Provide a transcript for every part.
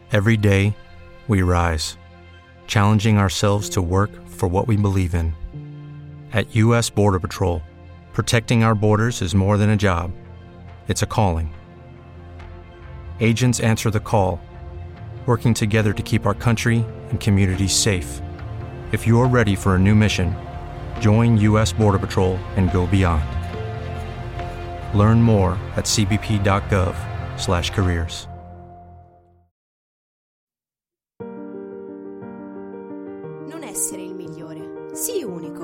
Every day, we rise, challenging ourselves to work for what we believe in. At U.S. Border Patrol, protecting our borders is more than a job. It's a calling. Agents answer the call, working together to keep our country and communities safe. If you're ready for a new mission, join U.S. Border Patrol and go beyond. Learn more at cbp.gov/careers. Non essere il migliore, sii unico.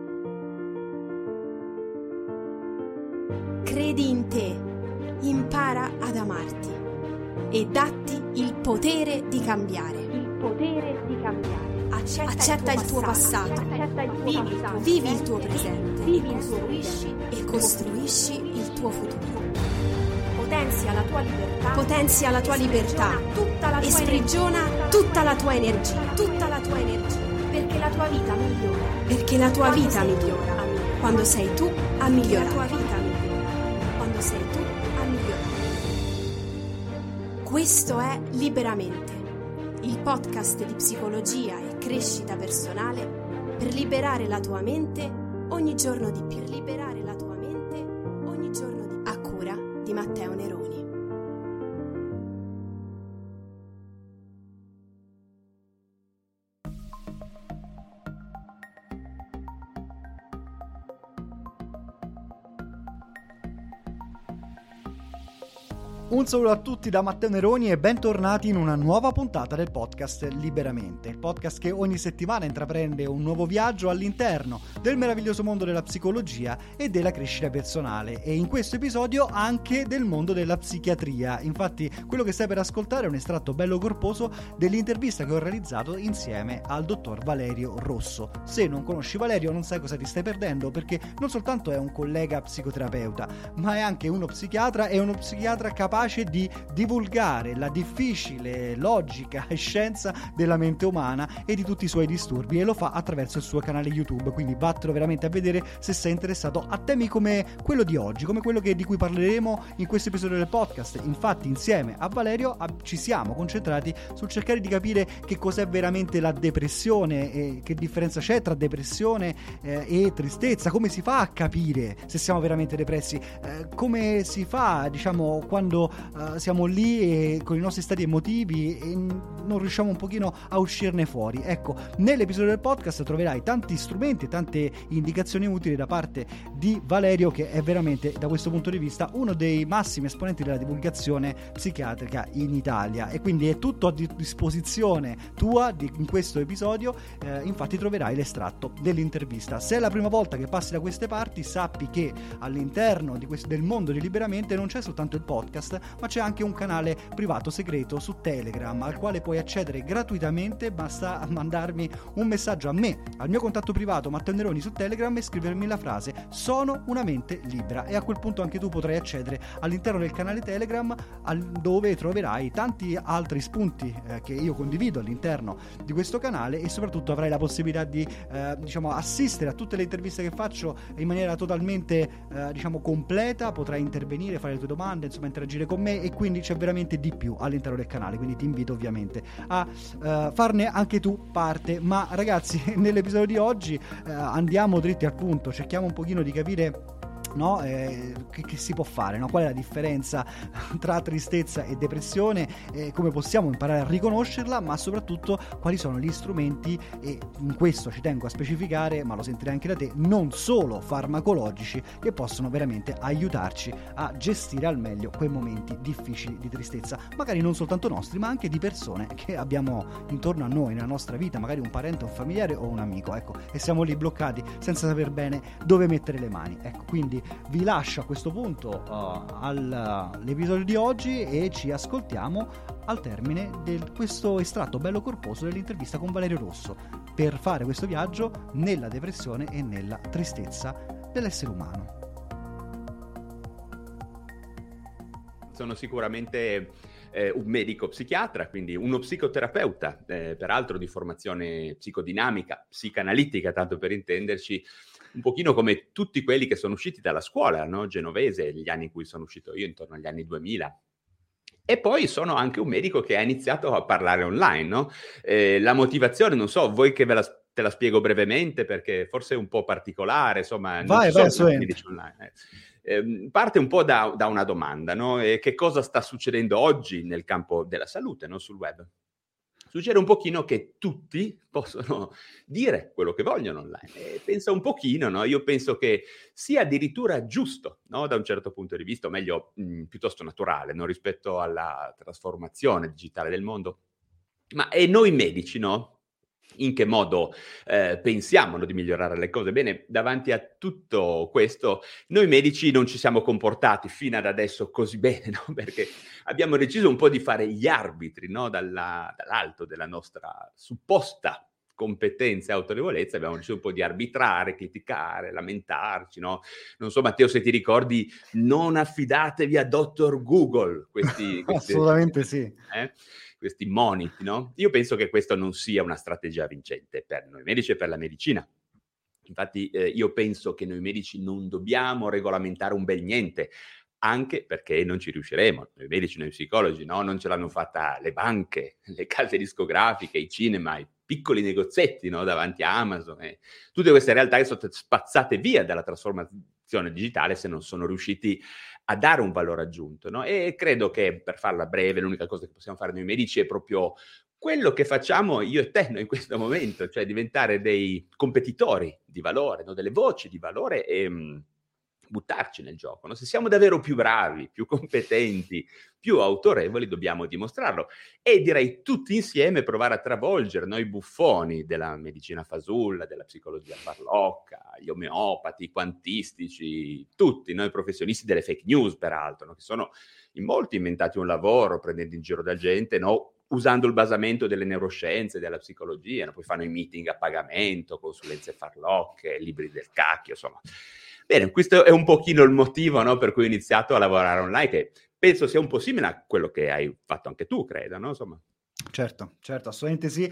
Credi in te, impara ad amarti e datti il potere di cambiare. Accetta il tuo passato, vivi il tuo presente e costruisci il tuo futuro. Potenzia la tua libertà e sprigiona tutta la tua energia. Perché la tua vita migliora quando sei tu a migliorare. Questo è Liberamente, il podcast di psicologia e crescita personale per liberare la tua mente ogni giorno di più. A cura di Matteo Neroni. Un saluto a tutti da Matteo Neroni e bentornati in una nuova puntata del podcast Liberamente, il podcast che ogni settimana intraprende un nuovo viaggio all'interno del meraviglioso mondo della psicologia e della crescita personale, e in questo episodio anche del mondo della psichiatria. Infatti quello che stai per ascoltare è un estratto bello corposo dell'intervista che ho realizzato insieme al dottor Valerio Rosso. Se non conosci Valerio non sai cosa ti stai perdendo, perché non soltanto è un collega psicoterapeuta, ma è anche uno psichiatra, e uno psichiatra capace di divulgare la difficile logica e scienza della mente umana e di tutti i suoi disturbi, e lo fa attraverso il suo canale YouTube, quindi vattelo veramente a vedere se sei interessato a temi come quello di oggi, come quello di cui parleremo in questo episodio del podcast. Infatti insieme a Valerio ci siamo concentrati sul cercare di capire che cos'è veramente la depressione e che differenza c'è tra depressione e tristezza, come si fa a capire se siamo veramente depressi, come si fa, diciamo, quando siamo lì e con i nostri stati emotivi e non riusciamo un pochino a uscirne fuori. Ecco, nell'episodio del podcast troverai tanti strumenti e tante indicazioni utili da parte di Valerio, che è veramente, da questo punto di vista, uno dei massimi esponenti della divulgazione psichiatrica in Italia, e quindi è tutto a disposizione tua in questo episodio. Infatti troverai l'estratto dell'intervista. Se è la prima volta che passi da queste parti, sappi che all'interno del mondo di Liberamente non c'è soltanto il podcast, ma c'è anche un canale privato segreto su Telegram al quale puoi accedere gratuitamente. Basta mandarmi un messaggio a me, al mio contatto privato Matteo Neroni su Telegram, e scrivermi la frase "sono una mente libera", e a quel punto anche tu potrai accedere all'interno del canale Telegram, dove troverai tanti altri spunti che io condivido all'interno di questo canale, e soprattutto avrai la possibilità di assistere a tutte le interviste che faccio in maniera totalmente completa. Potrai intervenire, fare le tue domande, insomma interagire con me, e quindi c'è veramente di più all'interno del canale, quindi ti invito ovviamente a farne anche tu parte. Ma ragazzi, nell'episodio di oggi andiamo dritti al punto, cerchiamo un pochino di capire che si può fare, no? Qual è la differenza tra tristezza e depressione, come possiamo imparare a riconoscerla, ma soprattutto quali sono gli strumenti, e in questo ci tengo a specificare, ma lo sentirai anche da te, non solo farmacologici, che possono veramente aiutarci a gestire al meglio quei momenti difficili di tristezza, magari non soltanto nostri, ma anche di persone che abbiamo intorno a noi nella nostra vita, magari un parente, un familiare o un amico, ecco, e siamo lì bloccati senza saper bene dove mettere le mani. Ecco, quindi vi lascio a questo punto all'episodio di oggi, e ci ascoltiamo al termine di questo estratto bello corposo dell'intervista con Valerio Rosso, per fare questo viaggio nella depressione e nella tristezza dell'essere umano. Sono sicuramente un medico psichiatra, quindi uno psicoterapeuta, peraltro di formazione psicodinamica, psicanalitica, tanto per intenderci, un pochino come tutti quelli che sono usciti dalla scuola, no? Genovese, gli anni in cui sono uscito io, intorno agli anni 2000. E poi sono anche un medico che ha iniziato a parlare online, no? La motivazione, non so, voi che te la spiego brevemente perché forse è un po' particolare, insomma, non ci sono tanti medici online. Parte un po' da una domanda, no? Che cosa sta succedendo oggi nel campo della salute, no? Sul web? Succede un pochino che tutti possono dire quello che vogliono online. E pensa un pochino, no? Io penso che sia addirittura giusto, no? Da un certo punto di vista, o meglio, piuttosto naturale, no? Rispetto alla trasformazione digitale del mondo. Ma e noi medici, no? In che modo pensiamo, no, di migliorare le cose? Bene, davanti a tutto questo, noi medici non ci siamo comportati fino ad adesso così bene, no? Perché abbiamo deciso un po' di fare gli arbitri, no? Dall'alto della nostra supposta competenza e autorevolezza, abbiamo deciso un po' di arbitrare, criticare, lamentarci, no? Non so, Matteo, se ti ricordi, non affidatevi a Dr. Google, questi Assolutamente sì. questi moniti, no? Io penso che questo non sia una strategia vincente per noi medici e per la medicina. Infatti io penso che noi medici non dobbiamo regolamentare un bel niente, anche perché non ci riusciremo. Noi medici, noi psicologi, no? Non ce l'hanno fatta le banche, le case discografiche, i cinema, i piccoli negozietti, no? Davanti a Amazon. Tutte queste realtà che sono state spazzate via dalla trasformazione digitale se non sono riusciti a dare un valore aggiunto, no? E credo che, per farla breve, l'unica cosa che possiamo fare noi medici è proprio quello che facciamo io e te, no, in questo momento, cioè diventare dei competitori di valore, no? Delle voci di valore e buttarci nel gioco, no? Se siamo davvero più bravi, più competenti, più autorevoli, dobbiamo dimostrarlo. E direi tutti insieme provare a travolgere noi buffoni della medicina fasulla, della psicologia farlocca, gli omeopati, i quantistici, tutti noi professionisti delle fake news, peraltro, no? Che sono in molti inventati un lavoro, prendendo in giro da gente, no? Usando il basamento delle neuroscienze, della psicologia, no? Poi fanno i meeting a pagamento, consulenze farlocche, libri del cacchio, insomma. Bene, questo è un pochino il motivo, no, per cui ho iniziato a lavorare online, che penso sia un po' simile a quello che hai fatto anche tu, credo, no? Insomma. Certo, assolutamente sì.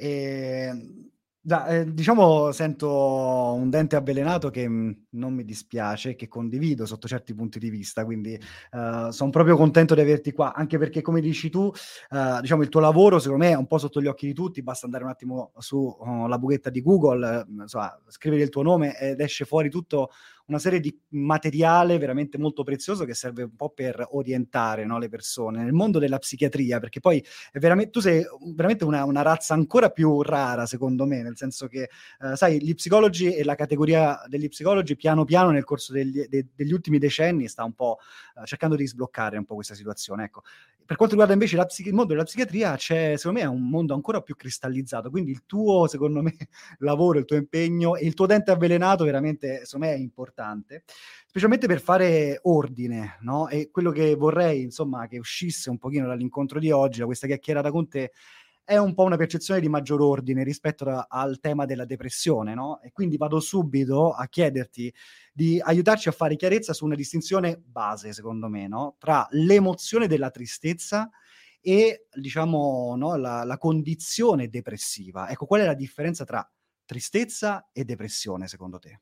Diciamo, sento un dente avvelenato che non mi dispiace, che condivido sotto certi punti di vista, quindi sono proprio contento di averti qua, anche perché, come dici tu, diciamo, il tuo lavoro secondo me è un po' sotto gli occhi di tutti, basta andare un attimo su la buchetta di Google, insomma, scrivere il tuo nome ed esce fuori tutto una serie di materiale veramente molto prezioso che serve un po' per orientare, no, le persone nel mondo della psichiatria, perché poi è tu sei veramente una razza ancora più rara, secondo me, nel senso che, sai, gli psicologi e la categoria degli psicologi piano piano nel corso degli ultimi decenni sta un po' cercando di sbloccare un po' questa situazione, ecco. Per quanto riguarda invece il mondo della psichiatria, secondo me è un mondo ancora più cristallizzato, quindi il tuo, secondo me, lavoro, il tuo impegno e il tuo dente avvelenato veramente, secondo me, è importante, specialmente per fare ordine, no? E quello che vorrei, insomma, che uscisse un pochino dall'incontro di oggi, da questa chiacchierata con te, è un po' una percezione di maggior ordine rispetto al tema della depressione, no? E quindi vado subito a chiederti di aiutarci a fare chiarezza su una distinzione base, secondo me, no? Tra l'emozione della tristezza e, diciamo, no, la condizione depressiva. Ecco, qual è la differenza tra tristezza e depressione, secondo te?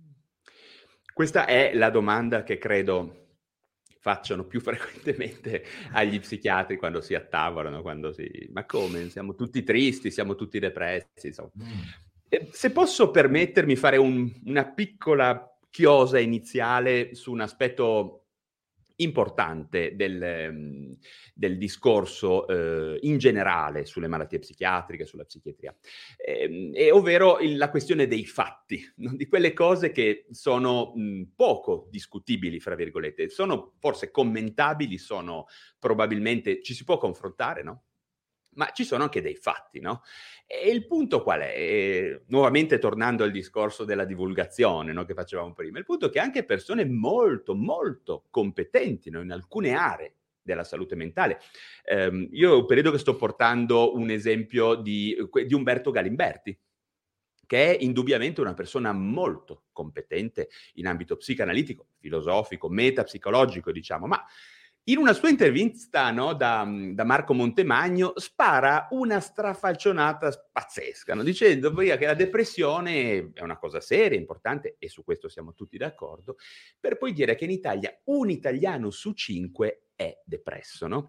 Questa è la domanda che credo facciano più frequentemente agli psichiatri quando si attavolano, ma come? Siamo tutti tristi, siamo tutti depressi, insomma. Se posso permettermi fare una piccola chiosa iniziale su un aspetto importante del discorso in generale sulle malattie psichiatriche, sulla psichiatria, ovvero la questione dei fatti, no? Di quelle cose che sono poco discutibili, fra virgolette, sono forse commentabili, sono probabilmente, ci si può confrontare, no? Ma ci sono anche dei fatti, no? E il punto qual è? Nuovamente tornando al discorso della divulgazione, no, che facevamo prima, il punto è che anche persone molto, molto competenti, no, in alcune aree della salute mentale. Io ho un periodo che sto portando un esempio di Umberto Galimberti, che è indubbiamente una persona molto competente in ambito psicanalitico, filosofico, metapsicologico, diciamo, ma In una sua intervista, no, da Marco Montemagno, spara una strafalcionata pazzesca, no, dicendo che la depressione è una cosa seria, importante, e su questo siamo tutti d'accordo, per poi dire che in Italia un italiano su 5 è depresso, no?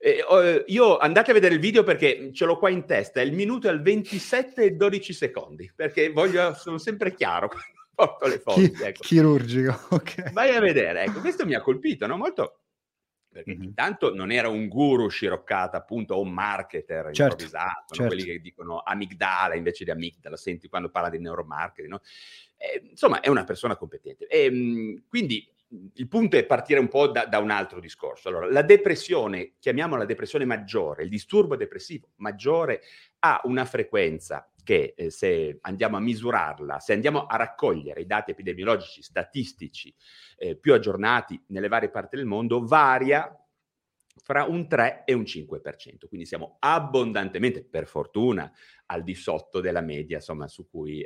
Io andate a vedere il video perché ce l'ho qua in testa, il minuto è al 27 e 12 secondi, perché sono sempre chiaro quando porto le fonti. Ecco. Chirurgico, ok. Vai a vedere, ecco, questo mi ha colpito, no? Molto... Perché intanto non era un guru sciroccata, appunto, o un marketer improvvisato, no? Quelli che dicono amigdala invece di amigdala, senti quando parla di neuromarketing, no? Insomma, è una persona competente. Quindi il punto è partire un po' da un altro discorso. Allora, la depressione, chiamiamola depressione maggiore, il disturbo depressivo maggiore, ha una frequenza che se andiamo a misurarla, se andiamo a raccogliere i dati epidemiologici, statistici più aggiornati nelle varie parti del mondo, varia fra un 3 e un 5%. Quindi siamo abbondantemente, per fortuna, al di sotto della media, insomma, su cui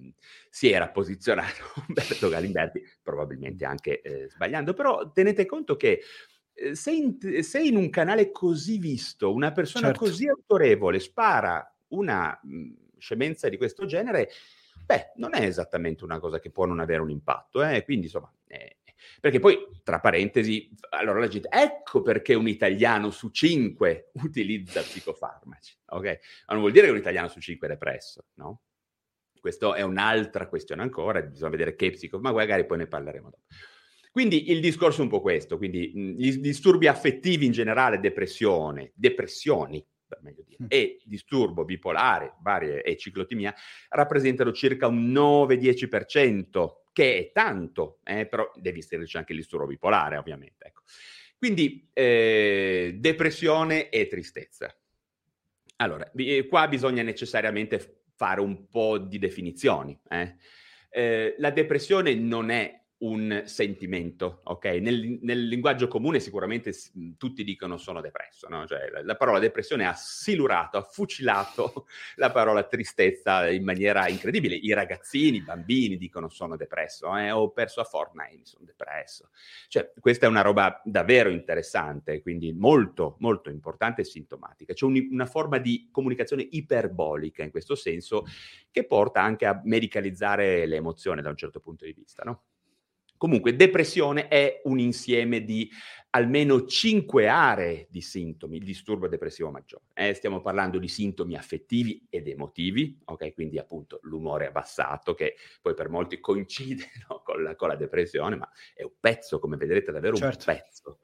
si era posizionato Umberto Galimberti, probabilmente anche sbagliando. Però tenete conto che se in un canale così visto, una persona così autorevole spara una scemenza di questo genere, non è esattamente una cosa che può non avere un impatto. Quindi, insomma... perché poi, tra parentesi, allora la gente, ecco perché un italiano su 5 utilizza psicofarmaci, ok? Ma non vuol dire che un italiano su 5 è depresso, no? Questo è un'altra questione ancora, bisogna vedere che ma magari poi ne parleremo dopo. Quindi il discorso è un po' questo, quindi gli disturbi affettivi in generale, depressioni, per meglio dire, e disturbo bipolare, varie, e ciclotimia, rappresentano circa un 9-10%, che è tanto, però devi inserirci anche il disturbo bipolare, ovviamente. Ecco. Quindi depressione e tristezza. Allora, qua bisogna necessariamente fare un po' di definizioni. La depressione non è un sentimento, ok? Nel linguaggio comune sicuramente tutti dicono sono depresso, no? Cioè, la parola depressione ha silurato, ha fucilato la parola tristezza in maniera incredibile. I ragazzini, i bambini dicono sono depresso, ho perso a Fortnite, sono depresso. Cioè, questa è una roba davvero interessante, quindi molto, molto importante e sintomatica. C'è una forma di comunicazione iperbolica in questo senso che porta anche a medicalizzare le emozioni da un certo punto di vista, no? Comunque, depressione è un insieme di almeno 5 aree di sintomi, il disturbo depressivo maggiore. Stiamo parlando di sintomi affettivi ed emotivi, ok? Quindi appunto l'umore abbassato, che poi per molti coincide, no, con la depressione, ma è un pezzo, come vedrete, davvero un pezzo.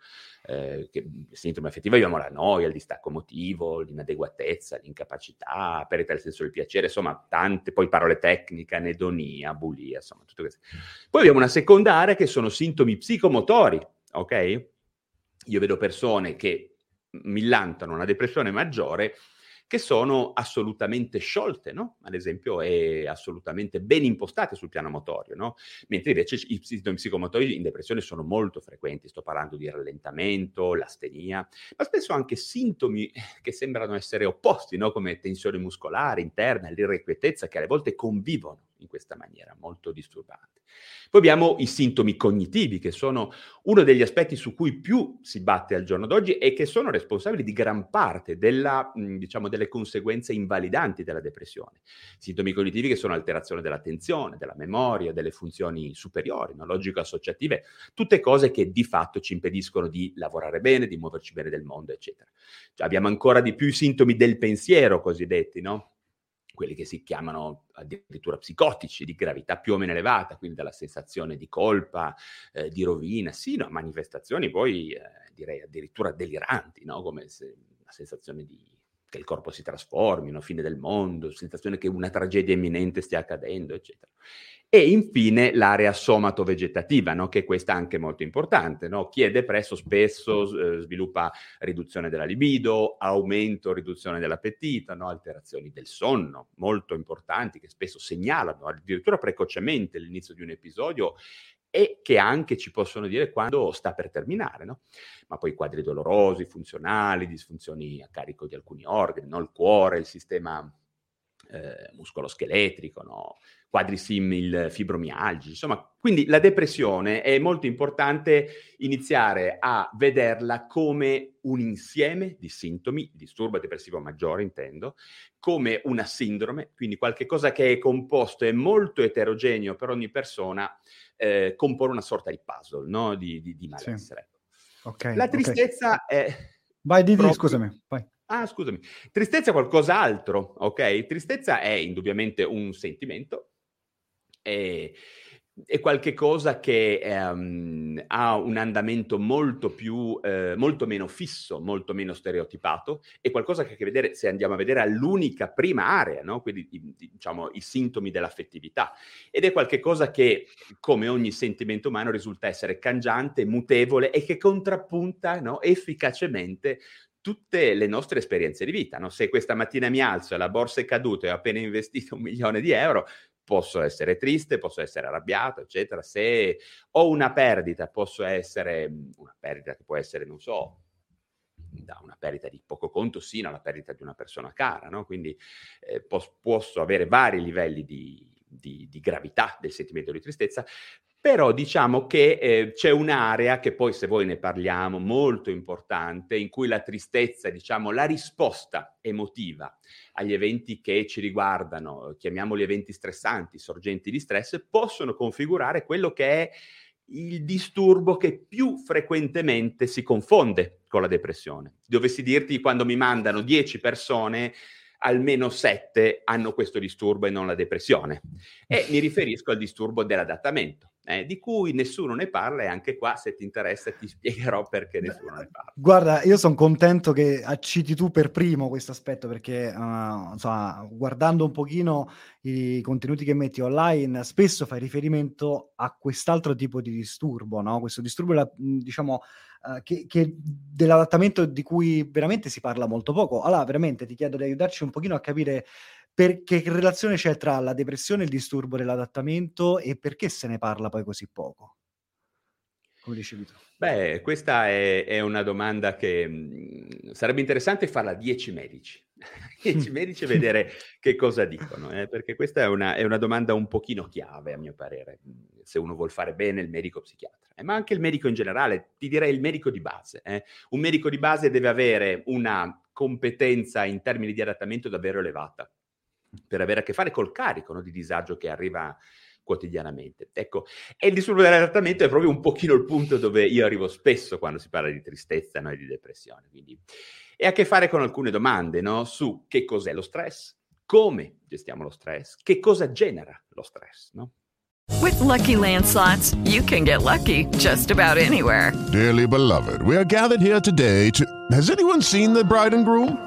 Sintomi affettivi abbiamo la noia, il distacco emotivo, l'inadeguatezza, l'incapacità, perdita del senso del piacere, insomma tante, poi parole tecniche, anedonia, bulia, insomma tutte queste. Poi abbiamo una seconda area che sono sintomi psicomotori, ok? Io vedo persone che millantano una depressione maggiore che sono assolutamente sciolte, no? Ad esempio, e assolutamente ben impostate sul piano motorio, no? Mentre invece i sintomi psicomotori in depressione sono molto frequenti. Sto parlando di rallentamento, l'astenia, ma spesso anche sintomi che sembrano essere opposti, no? Come tensione muscolare interna, l'irrequietezza, che alle volte convivono in questa maniera molto disturbante. Poi abbiamo i sintomi cognitivi, che sono uno degli aspetti su cui più si batte al giorno d'oggi e che sono responsabili di gran parte delle conseguenze invalidanti della depressione. Sintomi cognitivi che sono alterazione dell'attenzione, della memoria, delle funzioni superiori, no? Logico-associative, tutte cose che di fatto ci impediscono di lavorare bene, di muoverci bene nel mondo, eccetera. Cioè, abbiamo ancora di più i sintomi del pensiero cosiddetti, no? Quelli che si chiamano addirittura psicotici, di gravità più o meno elevata, quindi dalla sensazione di colpa, di rovina, sino a manifestazioni poi direi addirittura deliranti, no? Come la sensazione che il corpo si trasformi, no? Fine del mondo, sensazione che una tragedia imminente stia accadendo, eccetera. E infine l'area somatovegetativa, no? Che questa è anche molto importante, no? Chi è depresso spesso sviluppa riduzione della libido, aumento, riduzione dell'appetito, no? Alterazioni del sonno, molto importanti, che spesso segnalano addirittura precocemente l'inizio di un episodio e che anche ci possono dire quando sta per terminare, no? Ma poi quadri dolorosi, funzionali, disfunzioni a carico di alcuni organi, no? Il cuore, il sistema muscoloscheletrico, no? Quadrisimil fibromialgici, insomma. Quindi la depressione è molto importante iniziare a vederla come un insieme di sintomi, disturbo depressivo maggiore intendo, come una sindrome, quindi qualche cosa che è composto, è molto eterogeneo per ogni persona, compone una sorta di puzzle, no? Di malessere. Sì. Okay, la tristezza è... Vai, scusami, vai. Ah, scusami. Tristezza è qualcos'altro, ok? Tristezza è indubbiamente un sentimento, è qualche cosa che ha un andamento molto meno fisso, molto meno stereotipato, è qualcosa che ha a che vedere, se andiamo a vedere, all'unica prima area, no? Quindi diciamo i sintomi dell'affettività, ed è qualche cosa che, come ogni sentimento umano, risulta essere cangiante, mutevole e che contrappunta, no, efficacemente tutte le nostre esperienze di vita, no? Se questa mattina mi alzo e la borsa è caduta e ho appena investito 1 milione di euro, posso essere triste, posso essere arrabbiato, eccetera. Se ho una perdita, posso essere una perdita che può essere, non so, da una perdita di poco conto sino alla perdita di una persona cara, no? Quindi posso avere vari livelli di gravità del sentimento di tristezza. Però diciamo che c'è un'area che poi, se voi ne parliamo, molto importante, in cui la tristezza, diciamo, la risposta emotiva agli eventi che ci riguardano, chiamiamoli eventi stressanti, sorgenti di stress, possono configurare quello che è il disturbo che più frequentemente si confonde con la depressione. Dovessi dirti, quando mi mandano 10 persone, almeno 7 hanno questo disturbo e non la depressione. E mi riferisco al disturbo dell'adattamento, di cui nessuno ne parla, e anche qua, se ti interessa, ti spiegherò perché nessuno ne parla. Guarda, io sono contento che citi tu per primo questo aspetto, perché insomma, guardando un pochino i contenuti che metti online, spesso fai riferimento a quest'altro tipo di disturbo, no? Questo disturbo, diciamo, che dell'adattamento, di cui veramente si parla molto poco. Allora, veramente ti chiedo di aiutarci un pochino a capire che relazione c'è tra la depressione e il disturbo dell'adattamento, e perché se ne parla poi così poco, come dicevi tu. Beh, questa è una domanda che sarebbe interessante farla a 10 medici. 10 medici e vedere che cosa dicono, perché questa è una domanda un pochino chiave, a mio parere, se uno vuol fare bene il medico psichiatra, ma anche il medico in generale, ti direi il medico di base. Un medico di base deve avere una competenza in termini di adattamento davvero elevata, per avere a che fare col carico, no, di disagio che arriva quotidianamente. Ecco, e il disturbo dell'adattamento è proprio un pochino il punto dove io arrivo spesso quando si parla di tristezza, no, e di depressione. Quindi e ha a che fare con alcune domande, no, su che cos'è lo stress, come gestiamo lo stress, che cosa genera lo stress, no? With Lucky Land Slots, you can get lucky just about anywhere. Dearly beloved, we are gathered here today to... Has anyone seen the bride and groom?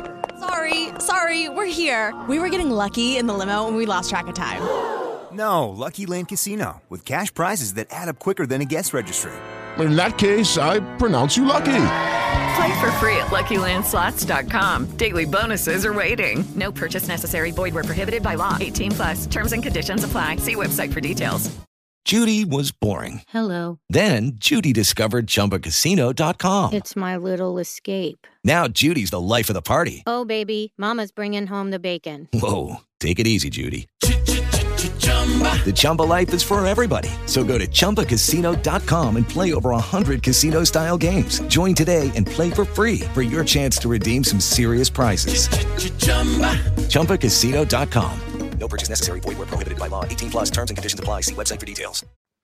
Sorry, we're here. We were getting lucky in the limo and we lost track of time. No, Lucky Land Casino, with cash prizes that add up quicker than a guest registry. In that case, I pronounce you lucky. Play for free at LuckyLandSlots.com. Daily bonuses are waiting. No purchase necessary. Void where prohibited by law. 18+. Terms and conditions apply. See website for details. Judy was boring. Hello. Then Judy discovered ChumbaCasino.com. It's my little escape. Now Judy's the life of the party. Oh, baby, mama's bringing home the bacon. Whoa, take it easy, Judy. The Chumba life is for everybody. So go to ChumbaCasino.com and play over 100 casino-style games. Join today and play for free for your chance to redeem some serious prizes. ChumbaCasino.com. No purchase necessary. Void where prohibited by law. 18+. Terms and conditions apply. See website for details.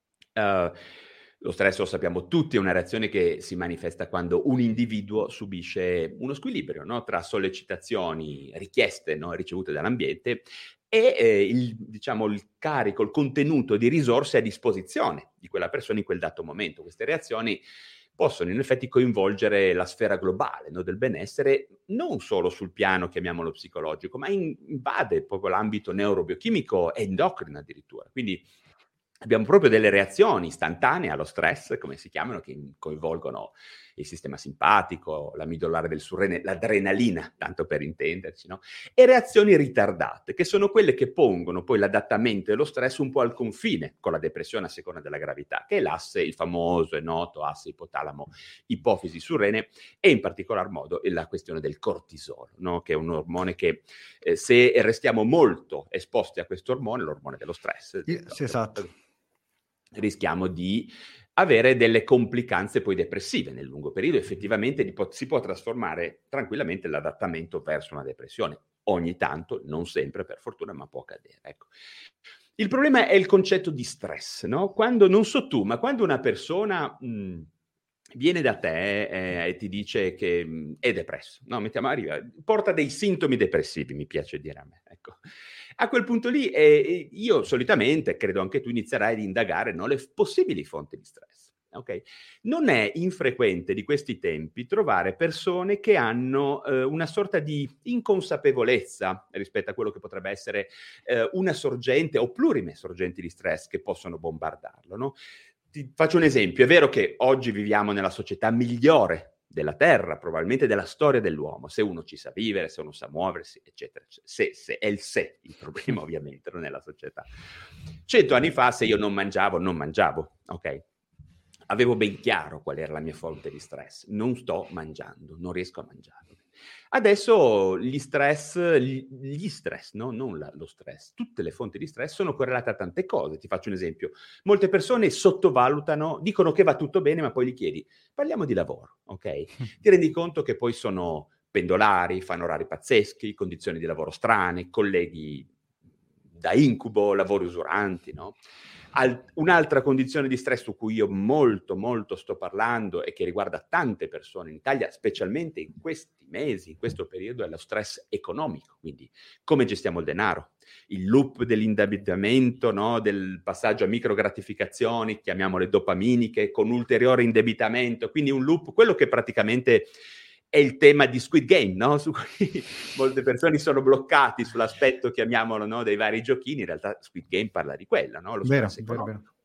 Lo stress, lo sappiamo tutti, è una reazione che si manifesta quando un individuo subisce uno squilibrio, no, tra sollecitazioni richieste, no, ricevute dall'ambiente e il carico, il contenuto di risorse a disposizione di quella persona in quel dato momento. Queste reazioni possono in effetti coinvolgere la sfera globale, no, del benessere, non solo sul piano, chiamiamolo psicologico, ma invade proprio l'ambito neurobiochimico e endocrino addirittura. Quindi abbiamo proprio delle reazioni istantanee allo stress, come si chiamano, che coinvolgono il sistema simpatico, la midollare del surrene, l'adrenalina, tanto per intenderci, no? E reazioni ritardate, che sono quelle che pongono poi l'adattamento e lo stress un po' al confine con la depressione a seconda della gravità, che è l'asse, il famoso e noto asse ipotalamo-ipofisi surrene, e in particolar modo la questione del cortisolo, no? Che è un ormone che se restiamo molto esposti a questo ormone, l'ormone dello stress, sì, esatto, rischiamo di avere delle complicanze poi depressive nel lungo periodo. Effettivamente si può trasformare tranquillamente l'adattamento verso una depressione. Ogni tanto, non sempre per fortuna, ma può accadere. Ecco. Il problema è il concetto di stress, no? Quando, non so tu, ma quando una persona viene da te e ti dice che è depresso, no? Porta dei sintomi depressivi, mi piace dire a me, ecco. A quel punto lì io solitamente, credo anche tu, inizierai ad indagare, no, le possibili fonti di stress. Okay? Non è infrequente di questi tempi trovare persone che hanno una sorta di inconsapevolezza rispetto a quello che potrebbe essere una sorgente o plurime sorgenti di stress che possono bombardarlo. No? Ti faccio un esempio. È vero che oggi viviamo nella società migliore della Terra, probabilmente della storia dell'uomo, se uno ci sa vivere, se uno sa muoversi, eccetera. Se è il problema ovviamente, non è la società. 100 anni fa, se io non mangiavo, ok? Avevo ben chiaro qual era la mia fonte di stress. Non sto mangiando, non riesco a mangiare. Adesso gli stress, no? Non lo stress, tutte le fonti di stress sono correlate a tante cose. Ti faccio un esempio. Molte persone sottovalutano, dicono che va tutto bene, ma poi gli chiedi, parliamo di lavoro, ok? Ti rendi conto che poi sono pendolari, fanno orari pazzeschi, condizioni di lavoro strane, colleghi da incubo, lavori usuranti, no? Un'altra condizione di stress su cui io molto sto parlando e che riguarda tante persone in Italia, specialmente in questi mesi, in questo periodo, è lo stress economico. Quindi come gestiamo il denaro, il loop dell'indebitamento, no? Del passaggio a microgratificazioni, chiamiamole dopaminiche, con ulteriore indebitamento, quindi un loop, quello che praticamente è il tema di Squid Game, no? Su cui molte persone sono bloccati sull'aspetto, chiamiamolo, no? Dei vari giochini. In realtà Squid Game parla di quello, no? Lo stress economico. Vero.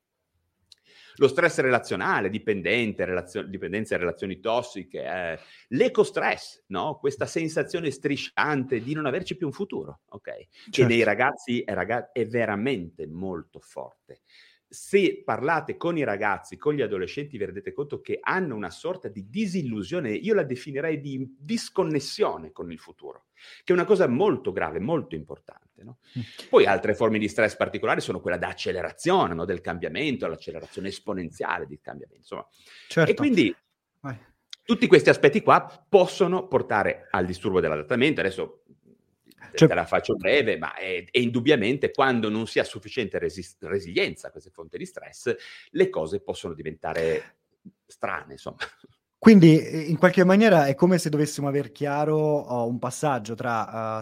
Lo stress relazionale, dipendenze, relazioni tossiche, l'ecostress, no? Questa sensazione strisciante di non averci più un futuro, ok? Certo. Che nei ragazzi è veramente molto forte. Se parlate con i ragazzi, con gli adolescenti, vi rendete conto che hanno una sorta di disillusione, io la definirei di disconnessione con il futuro, che è una cosa molto grave, molto importante. No? Poi altre forme di stress particolari sono quella da accelerazione, no? Del cambiamento, l'accelerazione esponenziale del cambiamento. Insomma. Certo. E quindi tutti questi aspetti qua possono portare al disturbo dell'adattamento. Adesso te la faccio breve, ma è indubbiamente quando non si ha sufficiente resilienza a queste fonti di stress, le cose possono diventare strane, insomma. Quindi in qualche maniera è come se dovessimo aver chiaro un passaggio tra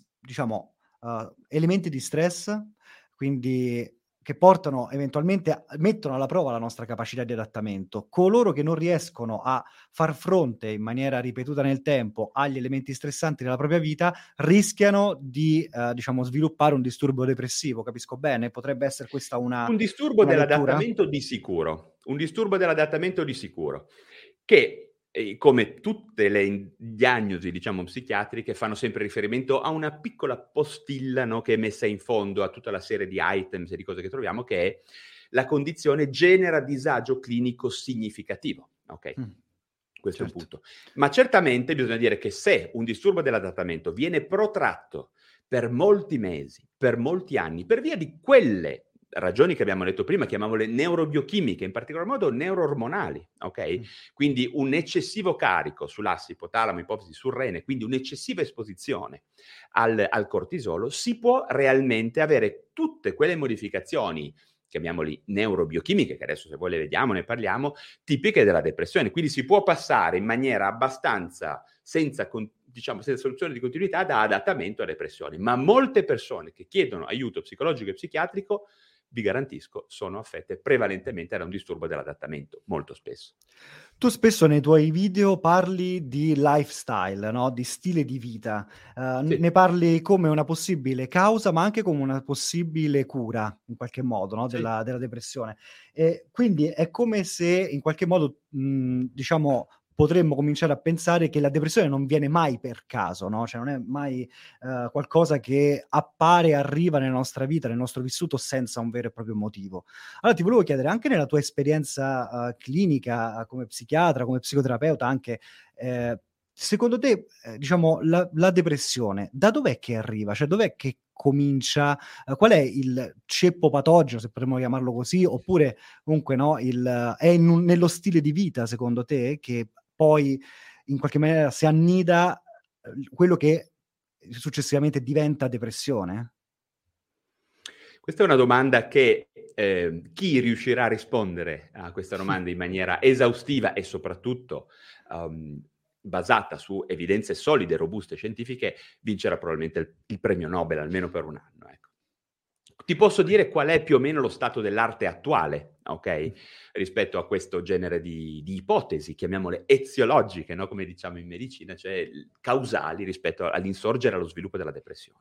elementi di stress, quindi che portano eventualmente, mettono alla prova la nostra capacità di adattamento. Coloro che non riescono a far fronte in maniera ripetuta nel tempo agli elementi stressanti della propria vita rischiano di sviluppare un disturbo depressivo. Capisco bene? Potrebbe essere questa un disturbo dell'adattamento di sicuro. Un disturbo dell'adattamento di sicuro che come tutte le diagnosi, psichiatriche, fanno sempre riferimento a una piccola postilla, no, che è messa in fondo a tutta la serie di items e di cose che troviamo, che è la condizione genera disagio clinico significativo. Ok? Questo è un punto. Ma certamente bisogna dire che se un disturbo dell'adattamento viene protratto per molti mesi, per molti anni, per via di quelle ragioni che abbiamo detto prima, chiamiamole neurobiochimiche, in particolar modo neuroormonali, ok? Quindi un eccessivo carico sull'asse ipotalamo, ipofisi surrene, quindi un'eccessiva esposizione al cortisolo, si può realmente avere tutte quelle modificazioni, chiamiamoli neurobiochimiche, che adesso se voi le vediamo ne parliamo, tipiche della depressione. Quindi si può passare in maniera abbastanza senza soluzione di continuità da adattamento a depressione. Ma molte persone che chiedono aiuto psicologico e psichiatrico, vi garantisco, sono affette prevalentemente da un disturbo dell'adattamento, molto spesso. Tu spesso nei tuoi video parli di lifestyle, no? Di stile di vita. Sì. Ne parli come una possibile causa, ma anche come una possibile cura, in qualche modo, no? Della depressione. E quindi è come se, in qualche modo, potremmo cominciare a pensare che la depressione non viene mai per caso, no? Cioè non è mai qualcosa che appare, arriva nella nostra vita, nel nostro vissuto senza un vero e proprio motivo. Allora ti volevo chiedere, anche nella tua esperienza clinica come psichiatra, come psicoterapeuta anche, secondo te, diciamo, la depressione da dov'è che arriva? Cioè dov'è che comincia? Qual è il ceppo patogeno, se potremmo chiamarlo così, oppure comunque no, è nello stile di vita, secondo te, che poi in qualche maniera si annida quello che successivamente diventa depressione? Questa è una domanda che chi riuscirà a rispondere a questa domanda in maniera esaustiva e soprattutto basata su evidenze solide, robuste, scientifiche, vincerà probabilmente il premio Nobel, almeno per un anno. Ecco. Ti posso dire qual è più o meno lo stato dell'arte attuale, ok? Rispetto a questo genere di ipotesi, chiamiamole eziologiche, no? Come diciamo in medicina, cioè causali rispetto all'insorgere e allo sviluppo della depressione.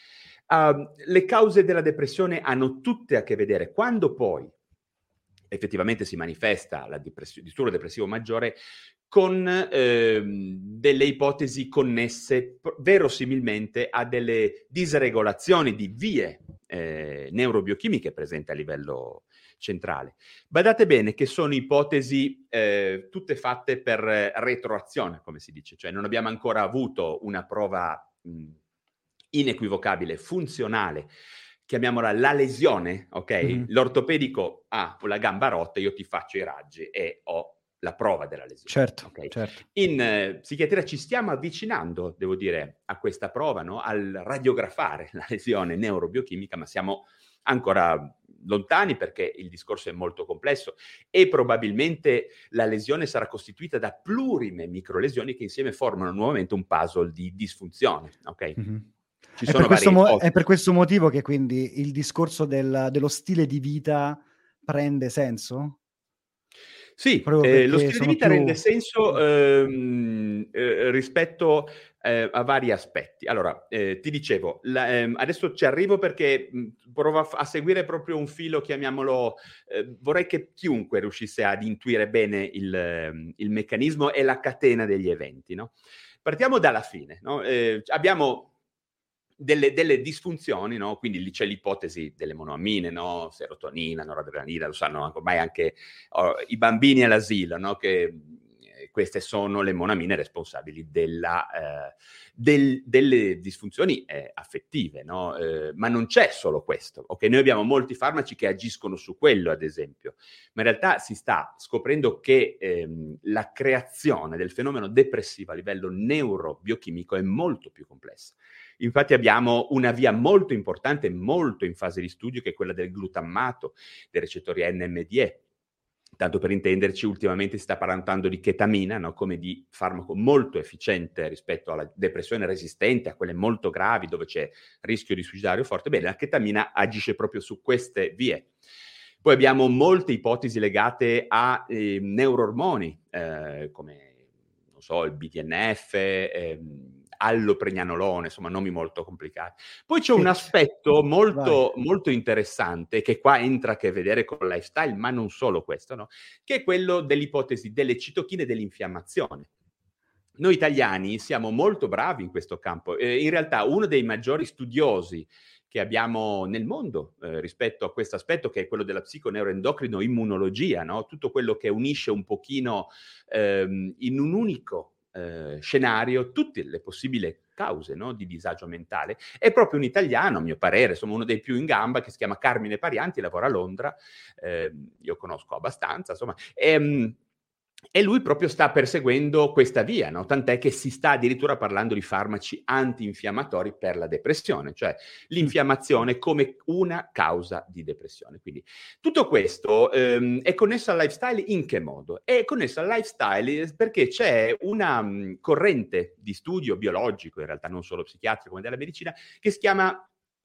Le cause della depressione hanno tutte a che vedere, quando poi effettivamente si manifesta il disturbo depressivo maggiore, con delle ipotesi connesse verosimilmente a delle disregolazioni di vie neurobiochimiche presenti a livello centrale. Badate bene che sono ipotesi tutte fatte per retroazione, come si dice, cioè non abbiamo ancora avuto una prova inequivocabile, funzionale, chiamiamola la lesione, ok? Mm-hmm. L'ortopedico ha la gamba rotta, io ti faccio i raggi e ho la prova della lesione. Certo, okay? certo. In psichiatria ci stiamo avvicinando, devo dire, a questa prova, no? Al radiografare la lesione neurobiochimica, ma siamo ancora lontani perché il discorso è molto complesso e probabilmente la lesione sarà costituita da plurime microlesioni che insieme formano nuovamente un puzzle di disfunzione, ok? Mm-hmm. È per questo motivo che quindi il discorso dello stile di vita prende senso? Sì, lo stile di vita rende senso rispetto a vari aspetti. Allora, ti dicevo, adesso ci arrivo perché provo a seguire proprio un filo, chiamiamolo, vorrei che chiunque riuscisse ad intuire bene il meccanismo e la catena degli eventi, no? Partiamo dalla fine, no? Abbiamo delle disfunzioni, no? Quindi lì c'è l'ipotesi delle monoammine, no? Serotonina, noradrenalina, lo sanno ormai anche i bambini all'asilo, no? Che queste sono le monoammine responsabili delle disfunzioni affettive, no? Ma non c'è solo questo, ok? Noi abbiamo molti farmaci che agiscono su quello, ad esempio, ma in realtà si sta scoprendo che la creazione del fenomeno depressivo a livello neurobiochimico è molto più complessa. Infatti abbiamo una via molto importante, molto in fase di studio, che è quella del glutammato, dei recettori NMDA. Tanto per intenderci, ultimamente si sta parlando di chetamina, no? Come di farmaco molto efficiente rispetto alla depressione resistente, a quelle molto gravi dove c'è rischio di suicidario forte. Bene, la chetamina agisce proprio su queste vie. Poi abbiamo molte ipotesi legate a neuroormoni, come, non so, il BDNF, allopregnanolone, insomma nomi molto complicati. Poi c'è un aspetto molto, molto interessante che qua entra a che vedere con il lifestyle, ma non solo questo, no? Che è quello dell'ipotesi delle citochine e dell'infiammazione. Noi italiani siamo molto bravi in questo campo. In realtà uno dei maggiori studiosi che abbiamo nel mondo rispetto a questo aspetto, che è quello della psiconeuroendocrino-immunologia, no? Tutto quello che unisce un pochino in un unico scenario tutte le possibili cause, no? Di disagio mentale. È proprio un italiano, a mio parere, insomma uno dei più in gamba, che si chiama Carmine Parianti, lavora a Londra, io conosco abbastanza, insomma, e lui proprio sta perseguendo questa via, no? Tant'è che si sta addirittura parlando di farmaci antinfiammatori per la depressione, cioè l'infiammazione come una causa di depressione. Quindi tutto questo è connesso al lifestyle in che modo? È connesso al lifestyle perché c'è una corrente di studio biologico, in realtà non solo psichiatrico, ma della medicina, che si chiama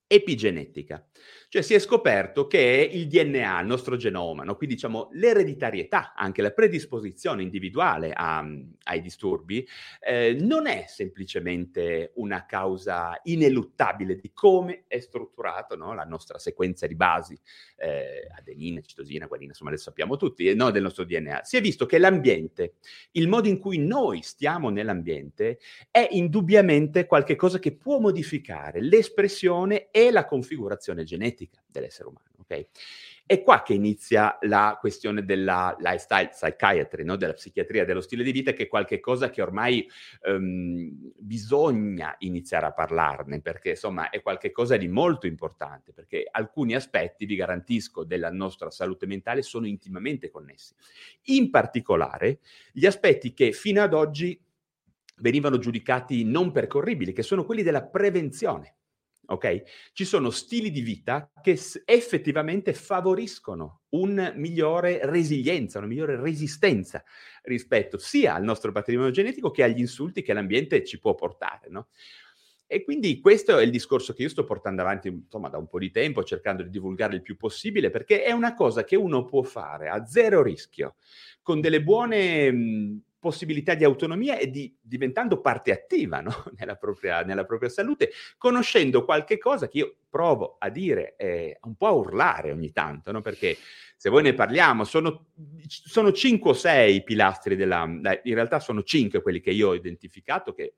epigenetica. Cioè si è scoperto che il DNA, il nostro genoma, no? Quindi diciamo l'ereditarietà, anche la predisposizione individuale ai disturbi, non è semplicemente una causa ineluttabile di come è strutturato, no? La nostra sequenza di basi, adenina, citosina, guanina, insomma le sappiamo tutti, no? Del nostro DNA. Si è visto che l'ambiente, il modo in cui noi stiamo nell'ambiente, è indubbiamente qualche cosa che può modificare l'espressione e la configurazione genetica dell'essere umano, ok? È qua che inizia la questione della lifestyle psychiatry, no? Della psichiatria dello stile di vita, che è qualche cosa che ormai bisogna iniziare a parlarne, perché insomma è qualche cosa di molto importante, perché alcuni aspetti, vi garantisco, della nostra salute mentale sono intimamente connessi. In particolare gli aspetti che fino ad oggi venivano giudicati non percorribili, che sono quelli della prevenzione. Ok? Ci sono stili di vita che effettivamente favoriscono una migliore resilienza, una migliore resistenza rispetto sia al nostro patrimonio genetico che agli insulti che l'ambiente ci può portare, no? E quindi questo è il discorso che io sto portando avanti, insomma, da un po' di tempo, cercando di divulgare il più possibile, perché è una cosa che uno può fare a zero rischio, con delle buone possibilità di autonomia e diventando parte attiva, no? nella propria salute, conoscendo qualche cosa che io provo a dire, un po' a urlare ogni tanto, no? Perché se voi ne parliamo, sono 5 o 6 pilastri in realtà sono 5 quelli che io ho identificato, che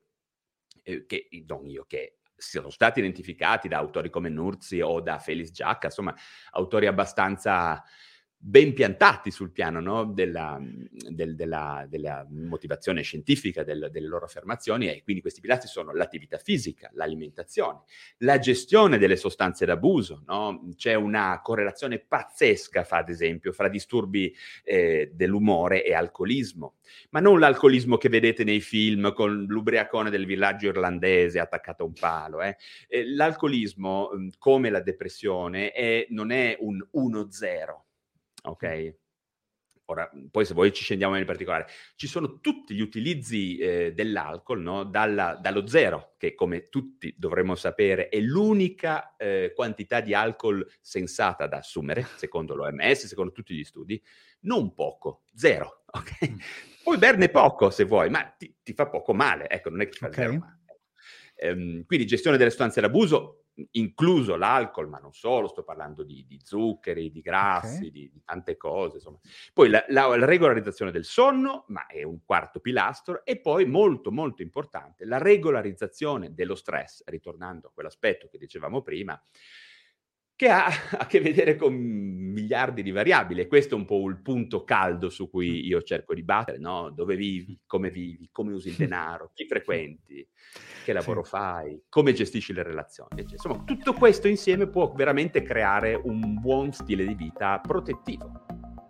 siano stati identificati da autori come Nurzi o da Félix Giacca, insomma, autori abbastanza ben piantati sul piano, no? della motivazione scientifica delle loro affermazioni, e quindi questi pilastri sono l'attività fisica, l'alimentazione, la gestione delle sostanze d'abuso, no? C'è una correlazione pazzesca, ad esempio, fra disturbi dell'umore e alcolismo, ma non l'alcolismo che vedete nei film con l'ubriacone del villaggio irlandese attaccato a un palo. L'alcolismo, come la depressione, non è un 1-0. Ok? Ora, poi se voi ci scendiamo nel particolare, ci sono tutti gli utilizzi dell'alcol, no? Dallo 0, che come tutti dovremmo sapere è l'unica quantità di alcol sensata da assumere, secondo l'OMS, secondo tutti gli studi, non poco, 0, ok? Puoi berne poco se vuoi, ma ti fa poco male, ecco, non è che ti fa zero male. Quindi gestione delle sostanze d'abuso, incluso l'alcol, ma non solo, sto parlando di zuccheri, di grassi, di tante cose, insomma. Poi la regolarizzazione del sonno, ma è un quarto pilastro, e poi molto molto importante la regolarizzazione dello stress, ritornando a quell'aspetto che dicevamo prima, che ha a che vedere con miliardi di variabili, e questo è un po' il punto caldo su cui io cerco di battere, no? Dove vivi, come usi il denaro, chi frequenti, che lavoro fai, come gestisci le relazioni, eccetera. Insomma, tutto questo insieme può veramente creare un buon stile di vita protettivo.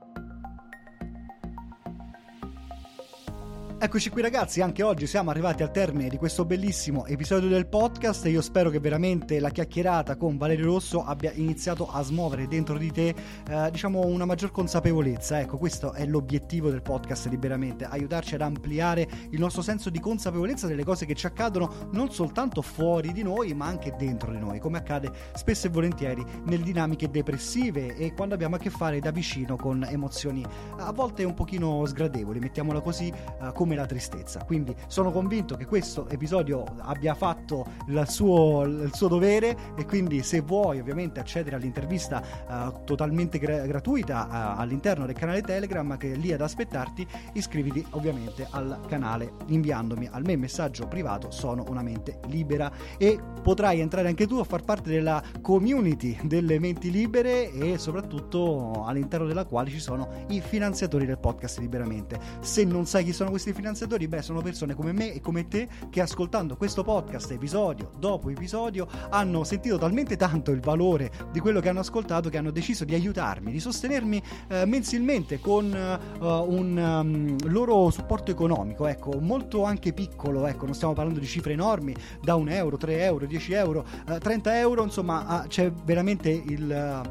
Eccoci qui ragazzi, anche oggi siamo arrivati al termine di questo bellissimo episodio del podcast. Io spero che veramente la chiacchierata con Valerio Rosso abbia iniziato a smuovere dentro di te diciamo una maggior consapevolezza. Ecco, questo è l'obiettivo del podcast Liberamente, aiutarci ad ampliare il nostro senso di consapevolezza delle cose che ci accadono non soltanto fuori di noi ma anche dentro di noi, come accade spesso e volentieri nelle dinamiche depressive e quando abbiamo a che fare da vicino con emozioni a volte un pochino sgradevoli, mettiamola così, come la tristezza. Quindi sono convinto che questo episodio abbia fatto il suo dovere, e quindi se vuoi ovviamente accedere all'intervista totalmente gratuita all'interno del canale Telegram che è lì ad aspettarti, iscriviti ovviamente al canale inviandomi al me messaggio privato "Sono una mente libera", e potrai entrare anche tu a far parte della community delle menti libere, e soprattutto all'interno della quale ci sono i finanziatori del podcast Liberamente. Se non sai chi sono questi finanziatori, sono persone come me e come te che, ascoltando questo podcast episodio dopo episodio, hanno sentito talmente tanto il valore di quello che hanno ascoltato che hanno deciso di aiutarmi, di sostenermi mensilmente con un loro supporto economico, ecco, molto anche piccolo, ecco, non stiamo parlando di cifre enormi, da 1 euro, 3 euro, 10 euro, 30 euro, insomma c'è veramente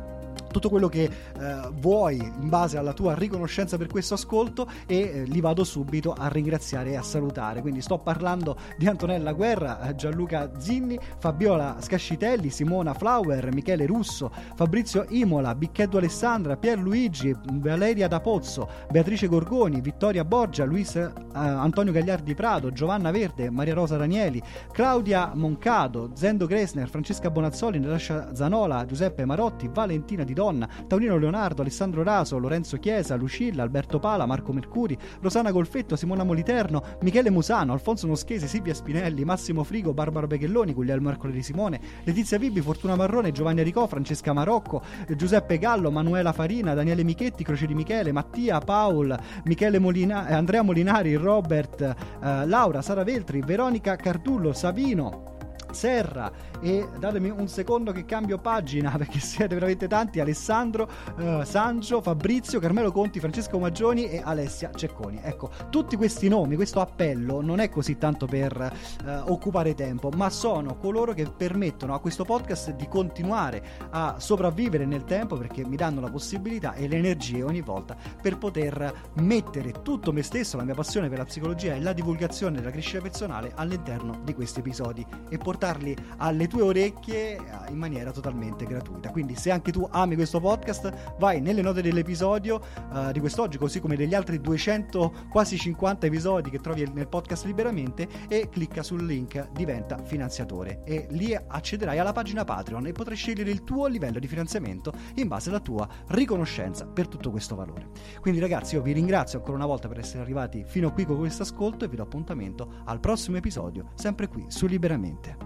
tutto quello che vuoi in base alla tua riconoscenza per questo ascolto e li vado subito a ringraziare e a salutare. Quindi sto parlando di Antonella Guerra, Gianluca Zinni, Fabiola Scascitelli, Simona Flower, Michele Russo, Fabrizio Imola, Bicchetto Alessandra, Pierluigi, Valeria da Pozzo, Beatrice Gorgoni, Vittoria Borgia, Luis Antonio Gagliardi Prado, Giovanna Verde, Maria Rosa Ranieli, Claudia Moncado, Zendo Gresner, Francesca Bonazzoli, Natascia Zanola, Giuseppe Marotti, Valentina Di Donna, Taurino Leonardo, Alessandro Raso, Lorenzo Chiesa, Lucilla, Alberto Pala, Marco Mercuri, Rosanna Golfetto, Simona Moliterno, Michele Musano, Alfonso Noschesi, Silvia Spinelli, Massimo Frigo, Barbara Bechelloni, Guglielmo Ercole di Simone, Letizia Vibi, Fortuna Marrone, Giovanni Aricò, Francesca Marocco, Giuseppe Gallo, Manuela Farina, Daniele Michetti, Croce di Michele, Mattia, Paul, Michele Andrea Molinari, Robert, Laura, Sara Veltri, Veronica Cardullo, Savino, Serra, e datemi un secondo che cambio pagina perché siete veramente tanti: Alessandro, Sancio, Fabrizio, Carmelo Conti, Francesco Maggioni e Alessia Cecconi. Ecco, tutti questi nomi, questo appello non è così tanto per occupare tempo, ma sono coloro che permettono a questo podcast di continuare a sopravvivere nel tempo, perché mi danno la possibilità e le energie ogni volta per poter mettere tutto me stesso, la mia passione per la psicologia e la divulgazione della crescita personale all'interno di questi episodi e portarli alle tue orecchie in maniera totalmente gratuita. Quindi se anche tu ami questo podcast, vai nelle note dell'episodio di quest'oggi, così come degli altri 200 quasi 50 episodi che trovi nel podcast Liberamente, e clicca sul link diventa finanziatore e lì accederai alla pagina Patreon e potrai scegliere il tuo livello di finanziamento in base alla tua riconoscenza per tutto questo valore. Quindi ragazzi, io vi ringrazio ancora una volta per essere arrivati fino qui con questo ascolto e vi do appuntamento al prossimo episodio, sempre qui su Liberamente.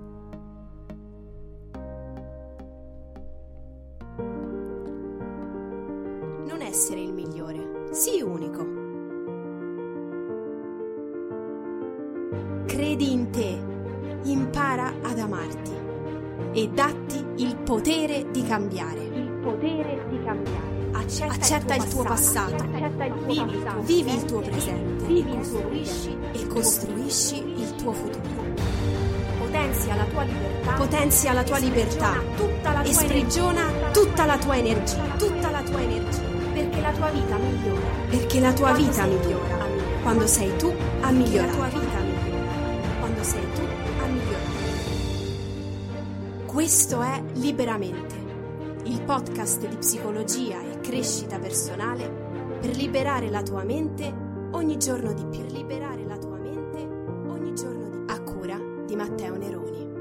Non essere il migliore, sii unico. Credi in te, impara ad amarti e datti il potere di cambiare. Il potere di cambiare. Accetta il tuo passato, vivi il tuo presente e costruisci il tuo futuro. Potenzia la tua libertà e sprigiona tutta la tua energia, perché la tua vita migliora quando sei tu a migliorare. Questo è Liberamente, il podcast di psicologia e crescita personale per liberare la tua mente ogni giorno di più. A cura di Matteo Neroni.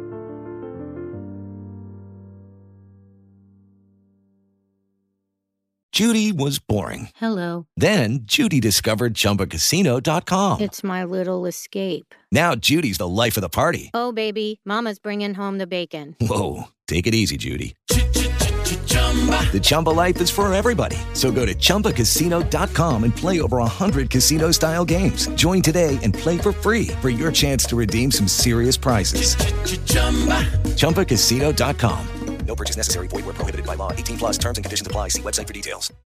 Judy was boring. Hello. Then Judy discovered ChumbaCasino.com. It's my little escape. Now Judy's the life of the party. Oh, baby, mama's bringing home the bacon. Whoa, take it easy, Judy. The Chumba life is for everybody. So go to ChumbaCasino.com and play over 100 casino-style games. Join today and play for free for your chance to redeem some serious prizes. ChumbaCasino.com. No purchase necessary. Void where prohibited by law. 18+ terms and conditions apply. See website for details.